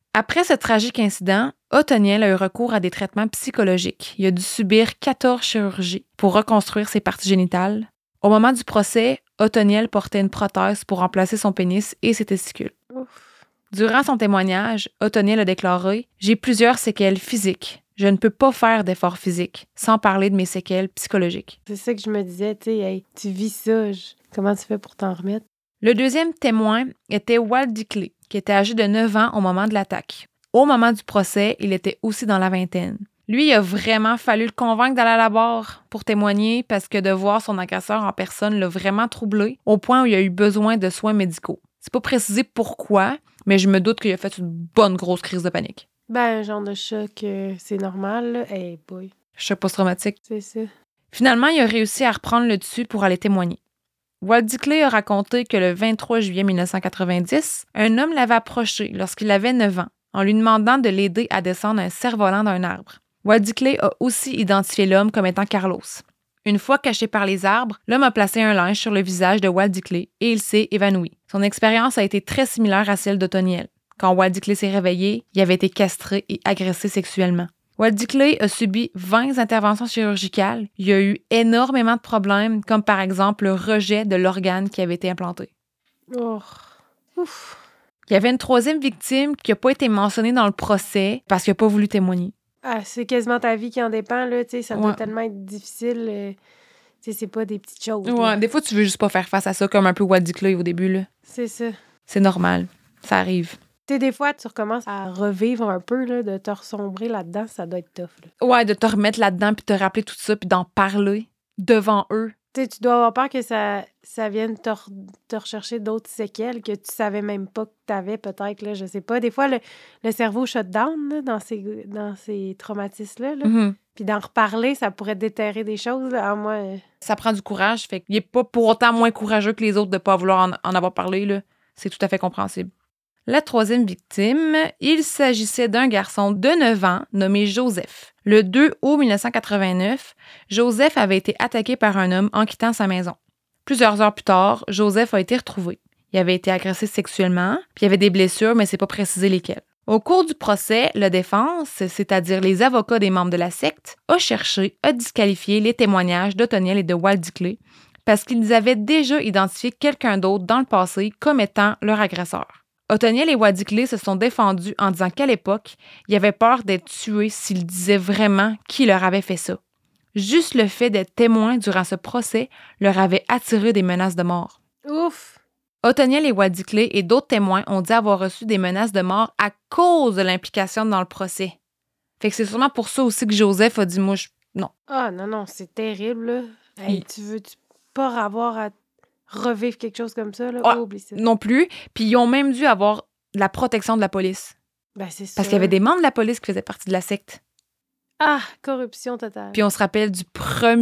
Après ce tragique incident, Othoniel a eu recours à des traitements psychologiques. Il a dû subir 14 chirurgies pour reconstruire ses parties génitales. Au moment du procès, Othoniel portait une prothèse pour remplacer son pénis et ses testicules. Ouf. Durant son témoignage, Othoniel a déclaré « J'ai plusieurs séquelles physiques. Je ne peux pas faire d'efforts physiques, sans parler de mes séquelles psychologiques. » C'est ça que je me disais, tu sais, hey, tu vis ça, comment tu fais pour t'en remettre? Le deuxième témoin était Walt Dickley, qui était âgé de 9 ans au moment de l'attaque. Au moment du procès, il était aussi dans la vingtaine. Lui, il a vraiment fallu le convaincre d'aller à la barre pour témoigner parce que de voir son agresseur en personne l'a vraiment troublé au point où il a eu besoin de soins médicaux. C'est pas précisé pourquoi, mais je me doute qu'il a fait une bonne grosse crise de panique. Ben, un genre de choc, c'est normal, là. Hey boy. Choc post-traumatique. C'est ça. Finalement, il a réussi à reprendre le dessus pour aller témoigner. Walt Dickley a raconté que le 23 juillet 1990, un homme l'avait approché lorsqu'il avait 9 ans, en lui demandant de l'aider à descendre un cerf-volant d'un arbre. Walt Dickley a aussi identifié l'homme comme étant Carlos. Une fois caché par les arbres, l'homme a placé un linge sur le visage de Walt Dickley et il s'est évanoui. Son expérience a été très similaire à celle d'Othoniel. Quand Walt Dickley s'est réveillé, il avait été castré et agressé sexuellement. Walt Dickley a subi 20 interventions chirurgicales. Il y a eu énormément de problèmes, comme par exemple le rejet de l'organe qui avait été implanté. Oh. Ouf. Il y avait une troisième victime qui n'a pas été mentionnée dans le procès parce qu'il n'a pas voulu témoigner. Ah, c'est quasiment ta vie qui en dépend, là, tu sais, ça doit tellement être difficile, tu sais, c'est pas des petites choses. Ouais, des fois, tu veux juste pas faire face à ça, comme un peu Walt Dickley au début, là. C'est ça. C'est normal, ça arrive. Tu sais, des fois, tu recommences à revivre un peu, là, de te ressombrer là-dedans, ça doit être tough, là. Ouais, de te remettre là-dedans, puis te rappeler tout ça, puis d'en parler devant eux. Tu sais, tu dois avoir peur que ça vienne te rechercher d'autres séquelles que tu savais même pas que tu avais, peut-être, là, je sais pas. Des fois, le cerveau shut down, là, dans ces traumatismes-là, là. Mm-hmm. Puis d'en reparler, ça pourrait déterrer des choses, là. Moi... Ça prend du courage, fait qu'il est pas pour autant moins courageux que les autres de pas vouloir en avoir parlé, là. C'est tout à fait compréhensible. La troisième victime, il s'agissait d'un garçon de 9 ans nommé Joseph. Le 2 août 1989, Joseph avait été attaqué par un homme en quittant sa maison. Plusieurs heures plus tard, Joseph a été retrouvé. Il avait été agressé sexuellement, puis il y avait des blessures, mais c'est pas précisé lesquelles. Au cours du procès, la défense, c'est-à-dire les avocats des membres de la secte, a cherché à disqualifier les témoignages d'Othoniel et de Walt Dickley parce qu'ils avaient déjà identifié quelqu'un d'autre dans le passé comme étant leur agresseur. Othoniel et Walt Dickley se sont défendus en disant qu'à l'époque, ils avaient peur d'être tués s'ils disaient vraiment qui leur avait fait ça. Juste le fait d'être témoins durant ce procès leur avait attiré des menaces de mort. Ouf! Othoniel et Walt Dickley et d'autres témoins ont dit avoir reçu des menaces de mort à cause de l'implication dans le procès. Fait que c'est sûrement pour ça aussi que Joseph a dit « moi, non ». Ah non, c'est terrible, là. Hey, tu veux-tu pas avoir à revivre quelque chose comme ça, là? Ah, oublie ça. Non plus. Puis ils ont même dû avoir la protection de la police. Ben, c'est ça. Parce qu'il y avait des membres de la police qui faisaient partie de la secte. Ah, corruption totale. Puis on se rappelle du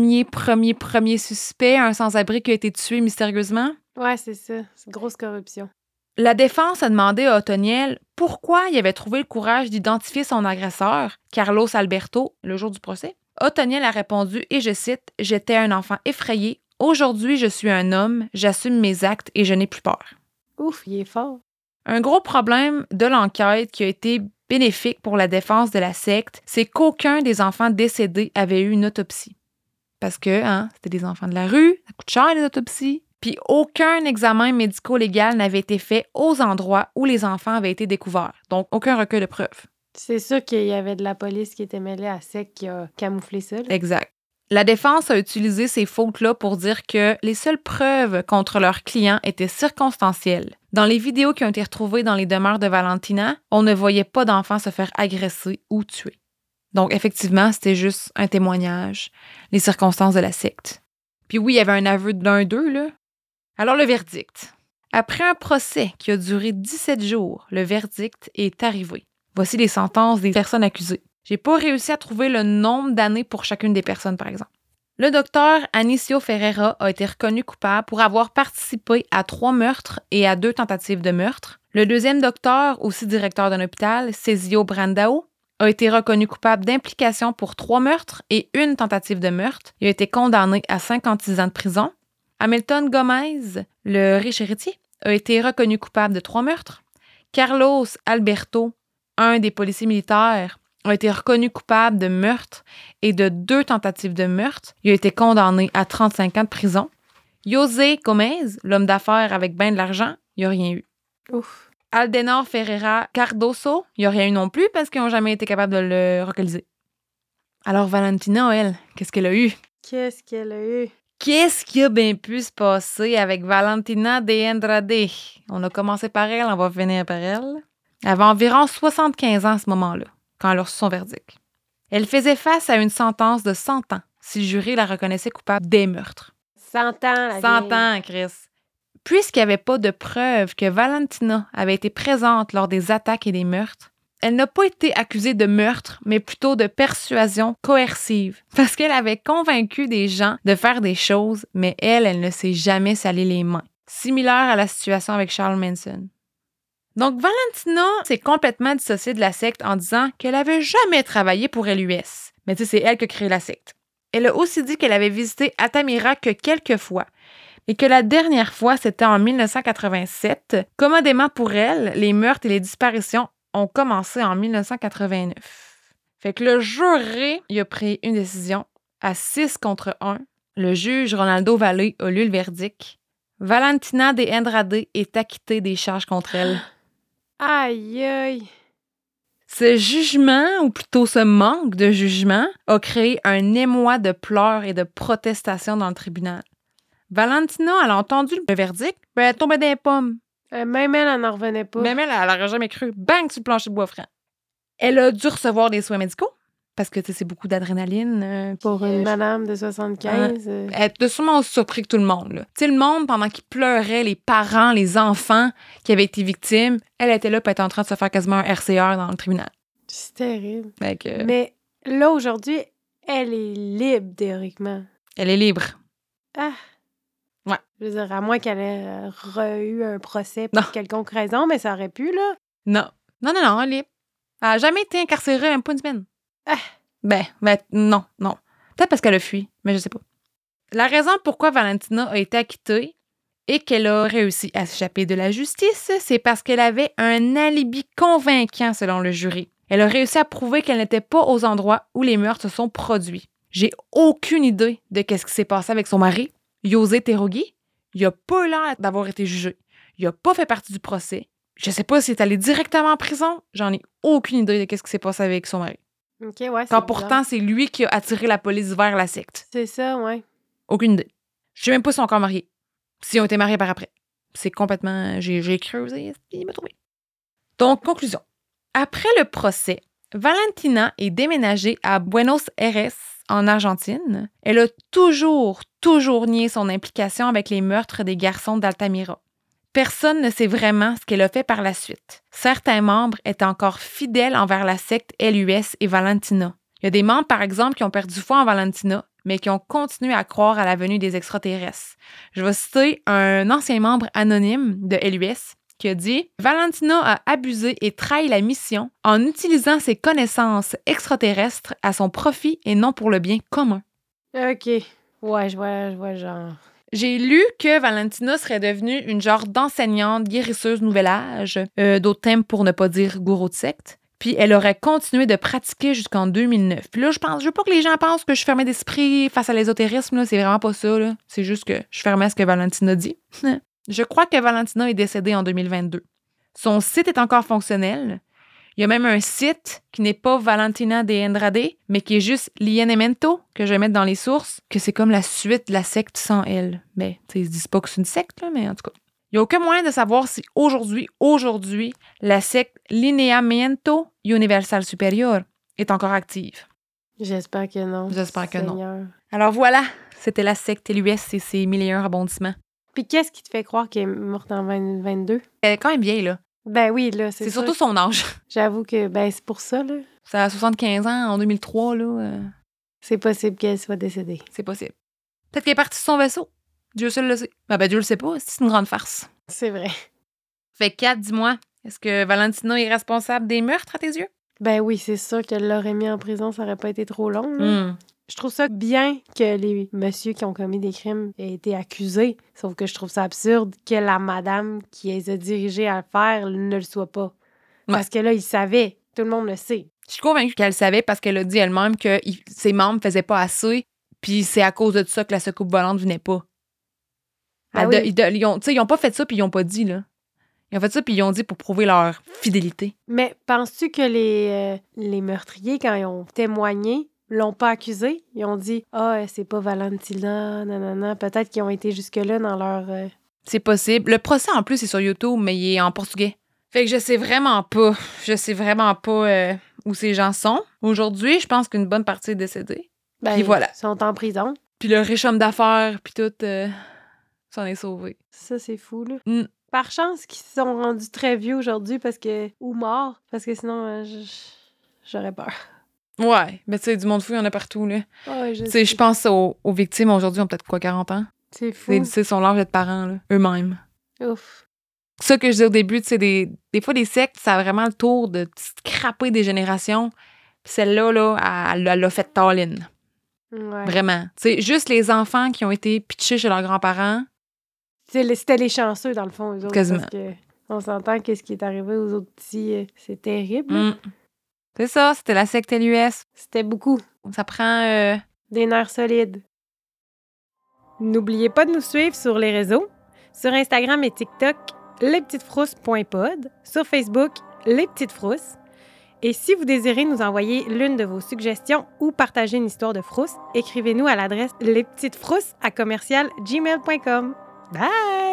premier suspect, un sans-abri qui a été tué mystérieusement. Ouais, c'est ça. C'est grosse corruption. La défense a demandé à Othoniel pourquoi il avait trouvé le courage d'identifier son agresseur, Carlos Alberto, le jour du procès. Othoniel a répondu, et je cite, « J'étais un enfant effrayé. Aujourd'hui, je suis un homme, j'assume mes actes et je n'ai plus peur. » Ouf, il est fort. Un gros problème de l'enquête qui a été bénéfique pour la défense de la secte, c'est qu'aucun des enfants décédés avait eu une autopsie. Parce que, c'était des enfants de la rue, ça coûte cher les autopsies. Puis aucun examen médico-légal n'avait été fait aux endroits où les enfants avaient été découverts. Donc, aucun recueil de preuves. C'est sûr qu'il y avait de la police qui était mêlée à SEC qui a camouflé ça. Là. Exact. La défense a utilisé ces fautes-là pour dire que les seules preuves contre leurs clients étaient circonstancielles. Dans les vidéos qui ont été retrouvées dans les demeures de Valentina, on ne voyait pas d'enfants se faire agresser ou tuer. Donc, effectivement, c'était juste un témoignage, les circonstances de la secte. Puis oui, il y avait un aveu d'un d'eux, là. Alors, le verdict. Après un procès qui a duré 17 jours, le verdict est arrivé. Voici les sentences des personnes accusées. J'ai pas réussi à trouver le nombre d'années pour chacune des personnes, par exemple. Le docteur Anicio Ferreira a été reconnu coupable pour avoir participé à 3 meurtres et à 2 tentatives de meurtre. Le deuxième docteur, aussi directeur d'un hôpital, Césio Brandao, a été reconnu coupable d'implication pour 3 meurtres et 1 tentative de meurtre. Il a été condamné à 56 ans de prison. Hamilton Gomez, le riche héritier, a été reconnu coupable de 3 meurtres. Carlos Alberto un des policiers militaires a été reconnu coupable de meurtre et de 2 tentatives de meurtre. Il a été condamné à 35 ans de prison. José Gomez, l'homme d'affaires avec ben de l'argent, il n'y a rien eu. Ouf. Aldenor Ferreira Cardoso, il n'y a rien eu non plus parce qu'ils n'ont jamais été capables de le localiser. Alors Valentina, elle, qu'est-ce qu'elle a eu? Qu'est-ce qu'elle a eu? Qu'est-ce qui a bien pu se passer avec Valentina de Andrade? On a commencé par elle, on va finir par elle. Elle avait environ 75 ans à ce moment-là, quand elle a reçu son verdict. Elle faisait face à une sentence de 100 ans si le jury la reconnaissait coupable des meurtres. 100 ans, la 100 vieille. ans, Chris. Puisqu'il n'y avait pas de preuve que Valentina avait été présente lors des attaques et des meurtres, elle n'a pas été accusée de meurtre, mais plutôt de persuasion coercive. Parce qu'elle avait convaincu des gens de faire des choses, mais elle ne s'est jamais salé les mains. Similaire à la situation avec Charles Manson. Donc, Valentina s'est complètement dissociée de la secte en disant qu'elle avait jamais travaillé pour LUS. Mais tu sais, c'est elle qui a créé la secte. Elle a aussi dit qu'elle avait visité Altamira que quelques fois, et que la dernière fois, c'était en 1987. Commodément pour elle, les meurtres et les disparitions ont commencé en 1989. Fait que le jury, il a pris une décision à 6 contre 1. Le juge Ronaldo Valle a lu le verdict. Valentina de Andrade est acquittée des charges contre elle. Aïe, aïe. Ce jugement, ou plutôt ce manque de jugement, a créé un émoi de pleurs et de protestations dans le tribunal. Valentina, elle a entendu le verdict, puis elle tombait dans les pommes. Même elle n'en revenait pas. Même elle n'aurait jamais cru. Bang, sur le plancher de bois franc. Elle a dû recevoir des soins médicaux, parce que c'est beaucoup d'adrénaline. Pour une madame de 75. Elle était sûrement aussi surpris que tout le monde. Tu sais, le monde, pendant qu'ils pleuraient, les parents, les enfants qui avaient été victimes, elle était là, puis elle était en train de se faire quasiment un RCR dans le tribunal. C'est terrible. Que... Mais là, aujourd'hui, elle est libre, théoriquement. Elle est libre. Ah! Ouais. Je veux dire, à moins qu'elle ait eu un procès pour quelconque raison, mais ça aurait pu, là. Non, elle est libre. Elle n'a jamais été incarcérée, même pas une semaine. Ah! Ben, non. Peut-être parce qu'elle a fui, mais je sais pas. La raison pourquoi Valentina a été acquittée et qu'elle a réussi à s'échapper de la justice, c'est parce qu'elle avait un alibi convaincant selon le jury. Elle a réussi à prouver qu'elle n'était pas aux endroits où les meurtres se sont produits. J'ai aucune idée de ce qui s'est passé avec son mari, José Terogui. Il n'a pas eu l'air d'avoir été jugé. Il n'a pas fait partie du procès. Je sais pas s'il est allé directement en prison. J'en ai aucune idée de ce qui s'est passé avec son mari. OK, ouais, Quand pourtant, c'est lui qui a attiré la police vers la secte. C'est ça, ouais. Aucune idée. Je sais même pas s'ils sont encore mariés. S'ils ont été mariés par après. C'est complètement... J'ai creusé, il m'a trouvé. Donc, conclusion. Après le procès, Valentina est déménagée à Buenos Aires, en Argentine. Elle a toujours nié son implication avec les meurtres des garçons d'Altamira. Personne ne sait vraiment ce qu'elle a fait par la suite. Certains membres étaient encore fidèles envers la secte LUS et Valentina. Il y a des membres, par exemple, qui ont perdu foi en Valentina, mais qui ont continué à croire à la venue des extraterrestres. Je vais citer un ancien membre anonyme de LUS qui a dit « Valentina a abusé et trahi la mission en utilisant ses connaissances extraterrestres à son profit et non pour le bien commun. » OK. Ouais, je vois genre... J'ai lu que Valentina serait devenue une genre d'enseignante guérisseuse nouvel âge, d'autres thèmes pour ne pas dire gourou de secte. Puis elle aurait continué de pratiquer jusqu'en 2009. Puis là, je veux pas que les gens pensent que je fermais d'esprit face à l'ésotérisme, là. C'est vraiment pas ça, là. C'est juste que je fermais à ce que Valentina dit. Je crois que Valentina est décédée en 2022. Son site est encore fonctionnel. Il y a même un site qui n'est pas Valentina de Andrade, mais qui est juste Lienamento, que je vais mettre dans les sources, que c'est comme la suite de la secte sans elle. Mais, tu sais, ils se disent pas que c'est une secte, là, mais en tout cas. Il n'y a aucun moyen de savoir si aujourd'hui, la secte Lineamiento Universal Superior est encore active. J'espère que non. J'espère que Seigneur. non. Alors voilà, c'était la secte LUS et ses 1001 rebondissements. Puis qu'est-ce qui te fait croire qu'elle est morte en 2022? Elle est quand même vieille, là. Ben oui, là, c'est surtout son âge. J'avoue que, ben, c'est pour ça, là. Ça a 75 ans en 2003, là. C'est possible qu'elle soit décédée. C'est possible. Peut-être qu'elle est partie de son vaisseau. Dieu seul le sait. Ben, Dieu le sait pas. C'est une grande farce. C'est vrai. Fait que, Kat, dis-moi, est-ce que Valentina est responsable des meurtres à tes yeux? Ben oui, c'est sûr qu'elle l'aurait mis en prison, ça aurait pas été trop long, là. Je trouve ça bien que les messieurs qui ont commis des crimes aient été accusés, sauf que je trouve ça absurde que la madame qui les a dirigés à le faire ne le soit pas. Parce que là, ils savaient Tout le monde le sait. Je suis convaincue qu'elle savait parce qu'elle a dit elle-même que ses membres faisaient pas assez, puis c'est à cause de ça que la soucoupe volante venait pas. Ils ont pas fait ça puis ils ont pas dit, là. Ils ont fait ça puis ils ont dit pour prouver leur fidélité. Mais penses-tu que les meurtriers, quand ils ont témoigné, l'ont pas accusé? Ils ont dit « Ah, c'est pas Valentina, nanana. » Peut-être qu'ils ont été jusque-là dans leur... C'est possible. Le procès, en plus, c'est sur YouTube, mais il est en portugais. Fait que je sais vraiment pas où ces gens sont. Aujourd'hui, je pense qu'une bonne partie est décédée. Puis voilà. Ils sont en prison. Puis le riche homme d'affaires, puis tout, s'en est sauvé. Ça, c'est fou, là. Par chance qu'ils se sont rendus très vieux aujourd'hui ou morts, parce que sinon, j'aurais peur. Ouais, mais tu sais, du monde fou, il y en a partout, là. Ouais, je pense aux victimes aujourd'hui ont peut-être 40 ans? C'est fou. C'est son l'âge d'être parents, là, eux-mêmes. Ouf. Ça que je disais au début, tu sais, des fois, des sectes, ça a vraiment le tour de scraper des générations. Puis celle-là, là, elle l'a fait tall-in. Ouais. Vraiment. Tu sais, juste les enfants qui ont été pitchés chez leurs grands-parents. C'était les chanceux, dans le fond, eux autres. Quasiment. Parce que on s'entend que ce qui est arrivé aux autres petits, c'est terrible. C'est ça, c'était la secte LUS. C'était beaucoup. Ça prend... Des nerfs solides. N'oubliez pas de nous suivre sur les réseaux. Sur Instagram et TikTok, lespetitesfrousses.pod. Sur Facebook, Les Petites Frousses. Et si vous désirez nous envoyer l'une de vos suggestions ou partager une histoire de frousse, écrivez-nous à l'adresse lespetitesfrousses@commercialgmail.com. Bye!